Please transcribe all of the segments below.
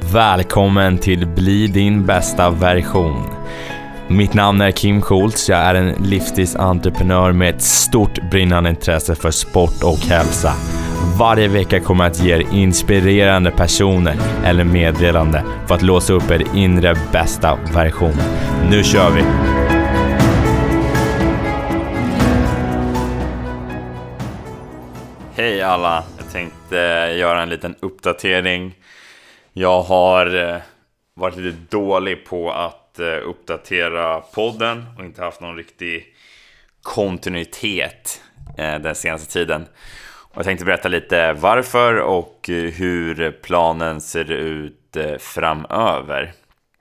Välkommen till Bli din bästa version. Mitt namn är Kim Schultz. Jag är en livsstilsentreprenör med ett stort brinnande intresse för sport och hälsa. Varje vecka kommer jag att ge er inspirerande personer eller meddelande för att låsa upp er inre bästa version. Nu kör vi! Hej alla! Jag tänkte göra en liten uppdatering. Jag har varit lite dålig på att uppdatera podden och inte haft någon riktig kontinuitet den senaste tiden. Och jag tänkte berätta lite varför och hur planen ser ut framöver.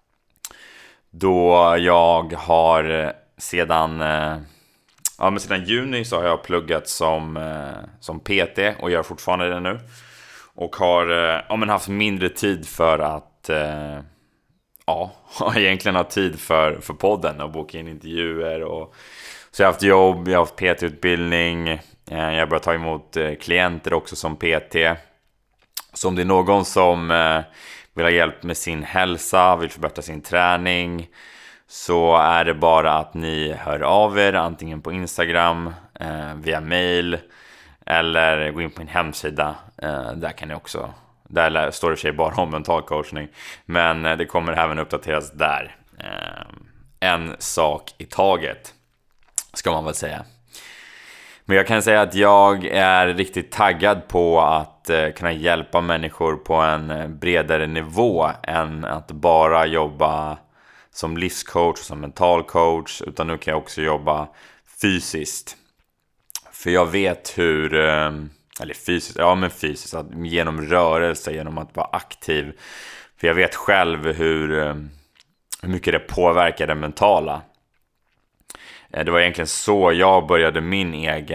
Då jag har sedan juni så har jag pluggat som PT och gör fortfarande det nu. Och har haft mindre tid för att egentligen ha tid för podden och boka in intervjuer. Så jag har haft jobb, jag har haft PT-utbildning. Jag har börjat ta emot klienter också som PT. Så om det är någon som vill ha hjälp med sin hälsa, vill förbättra sin träning, så är det bara att ni hör av er antingen på Instagram, via mail eller gå in på min hemsida. Där kan ni också, där står det för sig bara om mental coachning, men det kommer även uppdateras där. En sak i taget ska man väl säga. Men jag kan säga att jag är riktigt taggad på att kunna hjälpa människor på en bredare nivå än att bara jobba som livscoach och som mental coach, utan nu kan jag också jobba fysiskt. För jag vet fysiskt, att genom rörelse, genom att vara aktiv. För jag vet själv hur mycket det påverkar det mentala. Det var egentligen så jag började min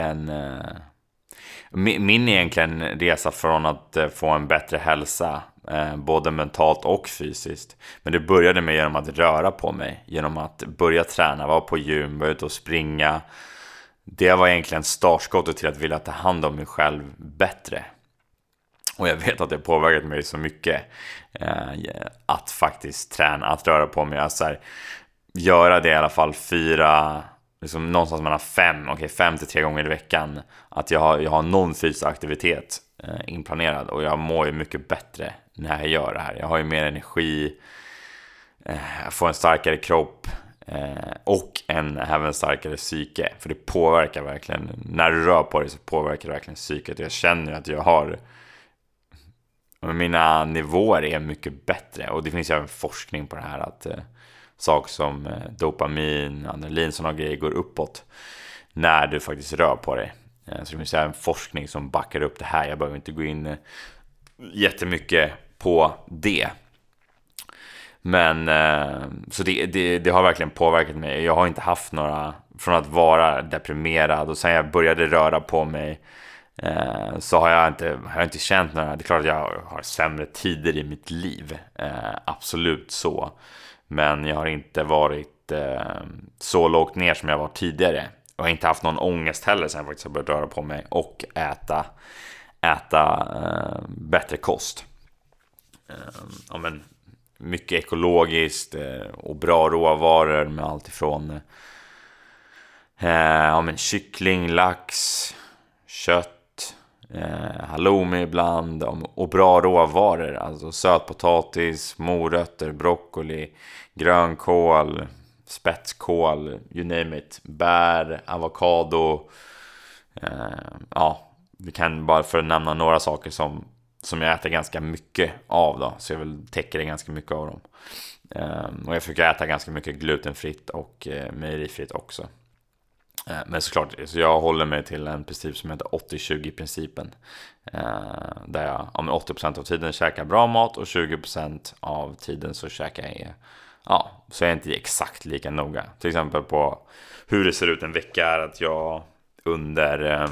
egentligen resa från att få en bättre hälsa, både mentalt och fysiskt. Men det började med genom att röra på mig, genom att börja träna, vara på gym, börja ut och springa. Det var egentligen startskottet till att vilja ta hand om mig själv bättre. Och jag vet att det påverkat mig så mycket att faktiskt träna, att röra på mig. Alltså göra det i alla fall 4, liksom någonstans mellan 5 till 3 gånger i veckan. Att jag har någon fysisk aktivitet inplanerad. Och jag mår ju mycket bättre när jag gör det här. Jag har ju mer energi, jag får en starkare kropp. Och även starkare psyke. För det påverkar verkligen. När du rör på dig så påverkar det verkligen psyket. Jag känner att jag har, mina nivåer är mycket bättre. Och det finns ju även forskning på det här, att saker som dopamin, adrenalin, sådana grejer går uppåt när du faktiskt rör på dig. Så det finns även forskning som backar upp det här. Jag behöver inte gå in jättemycket på det. Men så det har verkligen påverkat mig. Jag har inte haft några, från att vara deprimerad och sen jag började röra på mig, så har jag inte känt några. Det är klart att jag har sämre tider i mitt liv, absolut så. Men jag har inte varit så lågt ner som jag var tidigare. Jag har inte haft någon ångest heller sen jag faktiskt har börjat röra på mig och äta bättre kost. Mycket ekologiskt och bra råvaror med allt ifrån kyckling, lax, kött, halloumi ibland, och bra råvaror, alltså sötpotatis, morötter, broccoli, grönkål, spetskål, you name it, bär, avokado. Vi kan bara för att nämna några saker som jag äter ganska mycket av då, så jag vill täcka det ganska mycket av dem. Och jag försöker äta ganska mycket glutenfritt och mejerifritt också. Men såklart, så jag håller mig till en princip som heter 80-20-principen. Där jag 80% av tiden käkar bra mat och 20% av tiden så käkar jag så är jag inte exakt lika noga. Till exempel på hur det ser ut en vecka är att jag under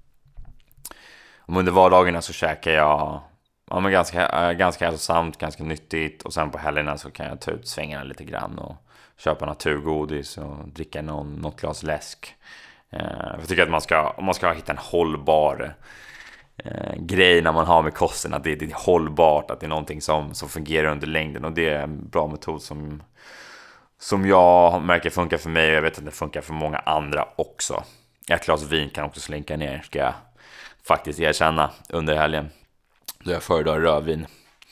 vardagarna så käkar jag ganska hälsosamt, ganska nyttigt, och sen på helgerna så kan jag ta ut svängarna lite grann och köpa naturgodis och dricka något glas läsk. Jag tycker att man ska hitta en hållbar grej när man har med kosten, att det är hållbart, att det är någonting som fungerar under längden, och det är en bra metod som jag märker funkar för mig, och jag vet att det funkar för många andra också. Ett glas vin kan också slinka ner, ska jag faktiskt erkänna, under helgen då jag föredrar rödvin.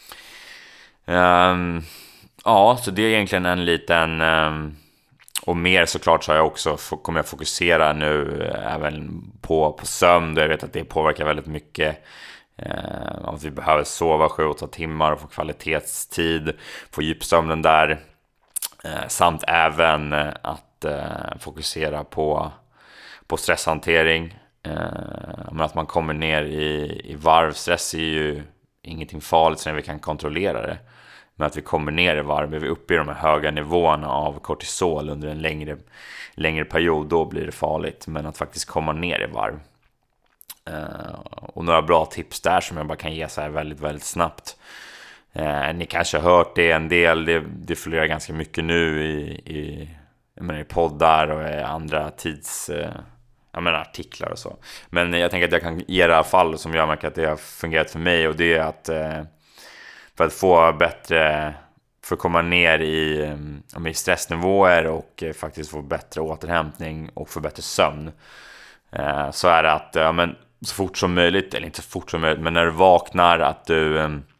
Ja, så det är egentligen en liten och mer såklart så har jag också kommer jag fokusera nu även på sömn, där jag vet att det påverkar väldigt mycket. Att vi behöver sova 7-8 timmar och få kvalitetstid, få djupsömnen där, samt även att fokusera på stresshantering. Men att man kommer ner i varv. Stress är ju ingenting farligt så när vi kan kontrollera det, men att vi kommer ner i varv, är vi uppe i de här höga nivåerna av kortisol under en längre period, då blir det farligt. Men att faktiskt komma ner i varv. Och några bra tips där som jag bara kan ge så här väldigt, väldigt snabbt. Ni kanske har hört det en del, det följer ganska mycket nu i poddar och i andra artiklar och så. Men jag tänker att jag kan ge det i alla fall som jag märker att det har fungerat för mig, och det är att för att få bättre, för att komma ner i stressnivåer och faktiskt få bättre återhämtning och få bättre sömn, så är det att så fort som möjligt, eller inte så fort som möjligt, men när du vaknar, att du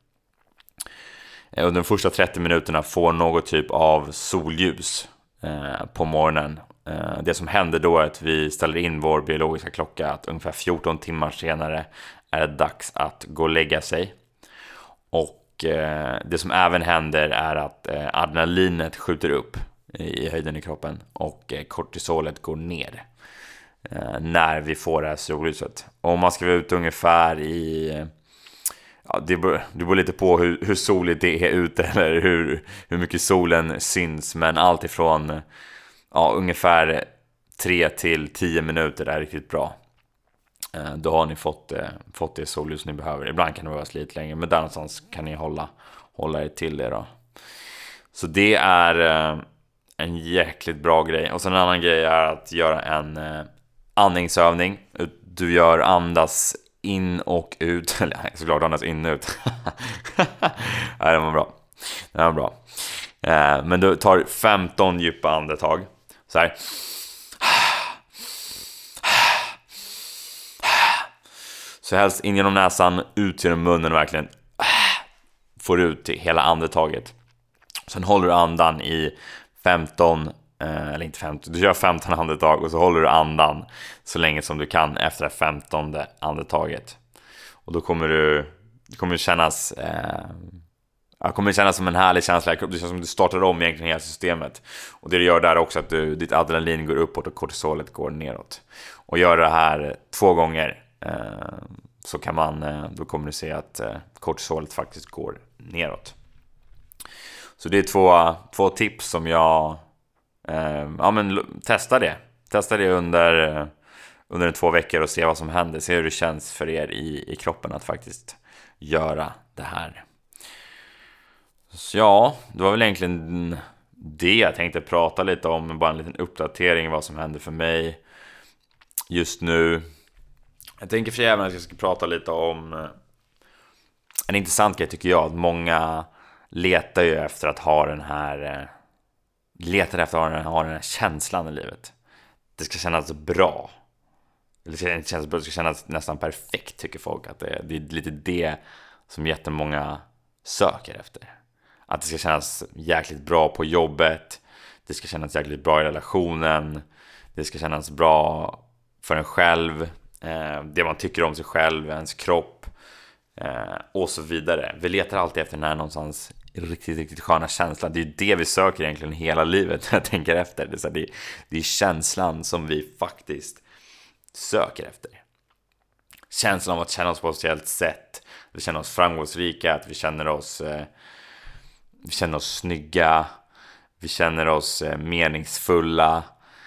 under de första 30 minuterna får något typ av solljus på morgonen. Det som händer då är att vi ställer in vår biologiska klocka, att ungefär 14 timmar senare är det dags att gå och lägga sig. Och det som även händer är att adrenalinet skjuter upp i höjden i kroppen och kortisolet går ner när vi får det här solljuset. Och om man ska vara ute ungefär i... det beror lite på hur soligt det är ute, eller hur mycket solen syns, men allt ifrån ungefär 3-10 minuter är riktigt bra. Då har ni fått det solljus ni behöver. Ibland kan det vara lite längre, men där någonstans kan ni hålla er till det då. Så det är en jäkligt bra grej. Och sen en annan grej är att göra en andningsövning. Du gör andas in och ut. Eller såklart andas in och ut. Nej, det var bra. Men du tar 15 djupa andetag. Så här. Så helst in genom näsan, ut genom munnen, verkligen får ut hela andetaget. Sen håller du andan i 15, eller inte 15, du gör 15 andetag, och så håller du andan så länge som du kan efter det 15:e andetaget. Och då kommer det kännas som en härlig känsla. Det känns som du startar om egentligen hela systemet. Och det gör där också att ditt adrenalin går uppåt och kortisolet går neråt. Och gör det här 2 gånger, så kan då kommer du se att kortisolet faktiskt går neråt. Så det är 2 tips som jag testa det under 2 veckor och se vad som händer. Se hur det känns för er i kroppen att faktiskt göra det här. Så ja, det var väl egentligen det jag tänkte prata lite om. Bara en liten uppdatering vad som händer för mig just nu. Jag tänker för även att jag ska prata lite om en intressant grej, tycker jag. Att många letar ju efter att ha den här känslan i livet. Det ska kännas bra. Det ska kännas nästan perfekt, tycker folk. Att det är lite det som jättemånga söker efter. Att det ska kännas jäkligt bra på jobbet. Det ska kännas jäkligt bra i relationen. Det ska kännas bra för en själv. Det man tycker om sig själv, ens kropp. Och så vidare. Vi letar alltid efter den här någonstans riktigt, riktigt sköna känslan. Det är det vi söker egentligen hela livet. Jag tänker efter. Det är känslan som vi faktiskt söker efter. Känslan av att känna oss på ett speciellt sätt. Vi känner oss framgångsrika. Att vi känner oss snygga. Vi känner oss meningsfulla.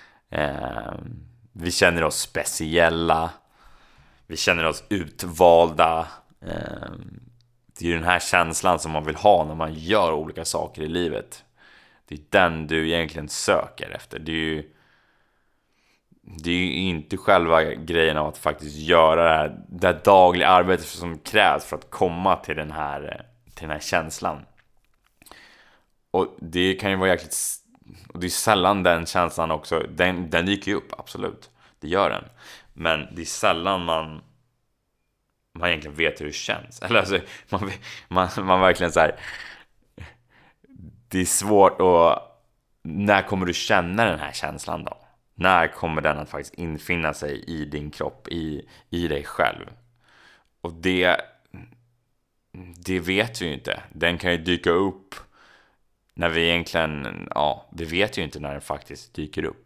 Vi känner oss speciella. Vi känner oss utvalda. Det är ju den här känslan som man vill ha när man gör olika saker i livet. Det är den du egentligen söker efter. det är ju inte själva grejen av att faktiskt göra det här dagliga arbetet som krävs för att komma till den här känslan. Och det kan ju vara jäkligt, och det är sällan den känslan också, den dyker ju upp, absolut, det gör den, men det är sällan man egentligen vet hur det känns. Eller alltså, man verkligen så här, det är svårt att, när kommer du känna den här känslan då? När kommer den att faktiskt infinna sig i din kropp, i dig själv? Och det vet vi ju inte. Den kan ju dyka upp när vi egentligen, vi vet ju inte när den faktiskt dyker upp.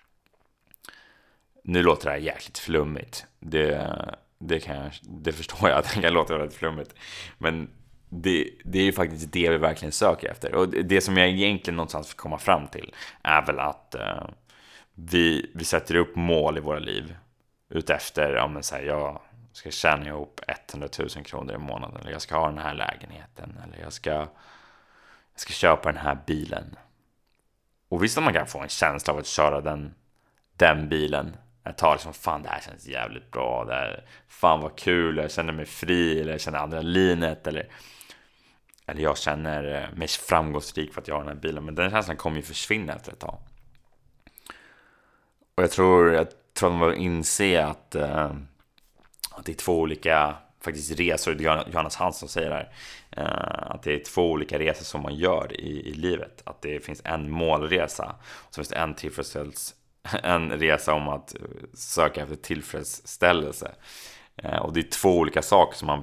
Nu låter det här jäkligt flummigt. Det förstår jag att det kan låta väldigt flummigt. Men det är ju faktiskt det vi verkligen söker efter. Och det som jag egentligen någonstans får komma fram till är väl att vi sätter upp mål i våra liv utefter, jag ska tjäna ihop 100 000 kronor i månaden, eller jag ska ha den här lägenheten, eller jag ska köpa den här bilen. Och visst, man kan få en känsla av att köra den bilen. Jag tar liksom, fan, det här känns jävligt bra, det här, fan vad kul, jag känner mig fri, eller jag känner adrenalinet, eller jag känner mig framgångsrik för att jag har den här bilen. Men den känslan kommer ju försvinna efter ett tag. Och jag tror att man bör inse att det är två olika faktiskt resor. Johannes Hansson säger där, att det är två olika resor som man gör i livet. Att det finns en målresa, och så finns det en resa om att söka efter tillfredsställelse. Och det är två olika saker som man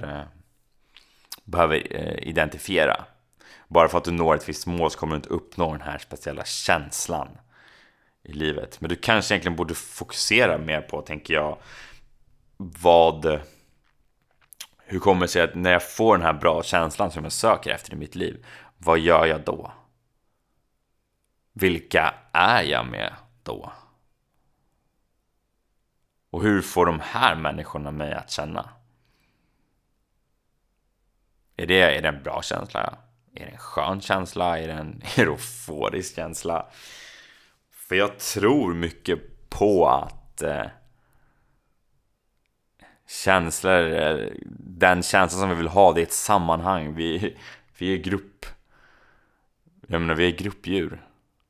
behöver identifiera. Bara för att du når ett visst mål så kommer du inte uppnå den här speciella känslan i livet. Men du kanske egentligen borde fokusera mer på, tänker jag, hur kommer det sig att när jag får den här bra känslan som jag söker efter i mitt liv, vad gör jag då? Vilka är jag med då? Och hur får de här människorna mig att känna? Är det en bra känsla? Är det en skön känsla? Är det en euforisk känsla? För jag tror mycket på att den känslan som vi vill ha, det är ett sammanhang. Vi är grupp. Jag menar, vi är gruppdjur.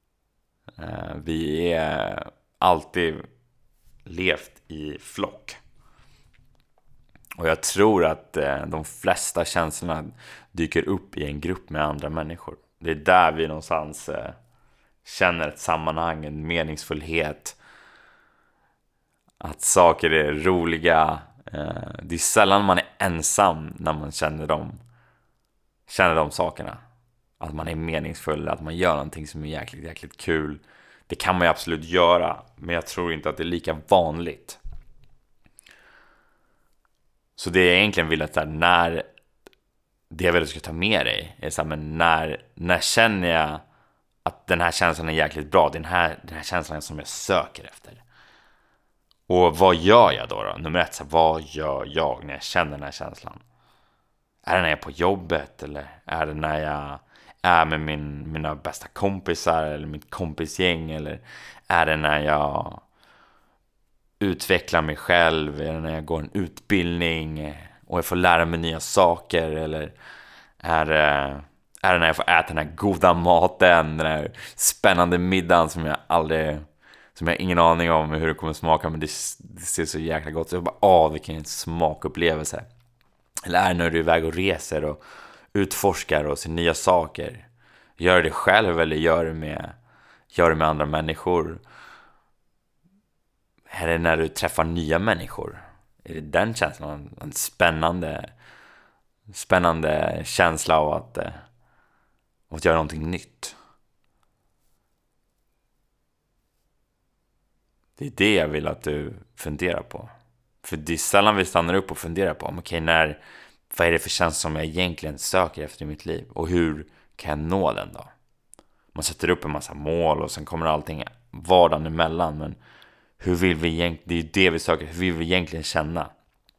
Vi är alltid levt i flock. Och jag tror att de flesta känslorna dyker upp i en grupp med andra människor. Det är där vi någonstans känner ett sammanhang, en meningsfullhet, att saker är roliga. Det är sällan man är ensam när man känner de sakerna. Att man är meningsfull, att man gör någonting som är jäkligt, jäkligt kul. Det kan man ju absolut göra, men jag tror inte att det är lika vanligt. Så det jag egentligen vill att det jag vill att du ska ta med dig är så här, men när känner jag att den här känslan är jäkligt bra, den här känslan som jag söker efter. Och vad gör jag då? Nummer ett, så här, vad gör jag när jag känner den här känslan? Är det när jag är på jobbet, eller är det när jag är med mina bästa kompisar eller mitt kompisgäng, eller är det när jag utvecklar mig själv, är det när jag går en utbildning och jag får lära mig nya saker, eller är det när jag får äta den här goda maten, den här spännande middagen som jag har ingen aning om hur det kommer smaka, men det ser så jäkla gott ut. Jag bara, vilken smakupplevelse. Eller är det när du är iväg och reser och utforskar och ser nya saker? Gör det själv eller gör det med andra människor? Är det när du träffar nya människor? Är det den känslan? En spännande känsla av att göra någonting nytt. Det är det jag vill att du funderar på. För det är sällan vi stannar upp och funderar på vad är det för känsla som jag egentligen söker efter i mitt liv? Och hur kan jag nå den då? Man sätter upp en massa mål och sen kommer allting vardagen emellan. Men hur vill vi egentligen, det är det vi söker, hur vill vi egentligen känna?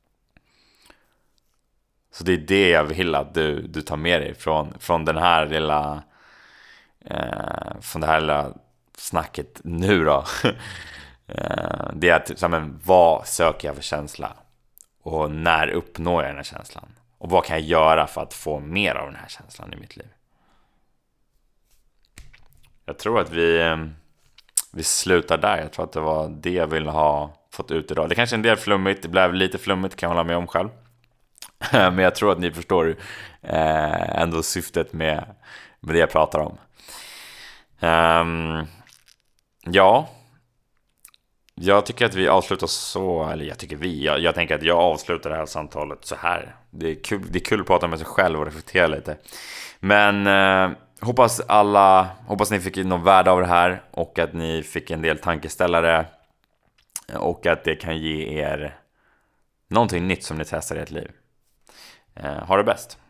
Så det är det jag vill att du tar med dig från den här från det här lilla snacket nu då. Det är att, vad söker jag för känsla? Och när uppnår jag den här känslan? Och vad kan jag göra för att få mer av den här känslan i mitt liv? Jag tror att vi slutar där. Jag tror att det var det jag ville ha fått ut idag. Det kanske är en del flummigt. Det blev lite flummigt, kan jag hålla med om själv. Men jag tror att ni förstår ändå syftet med det jag pratar om. Ja, jag tycker att vi avslutar så. Eller jag tänker att jag avslutar det här samtalet så här. Det är kul att prata med sig själv och reflektera lite. Men hoppas ni fick någon värde av det här. Och att ni fick en del tankeställare. Och att det kan ge er någonting nytt som ni testar i ert liv. Ha det bäst.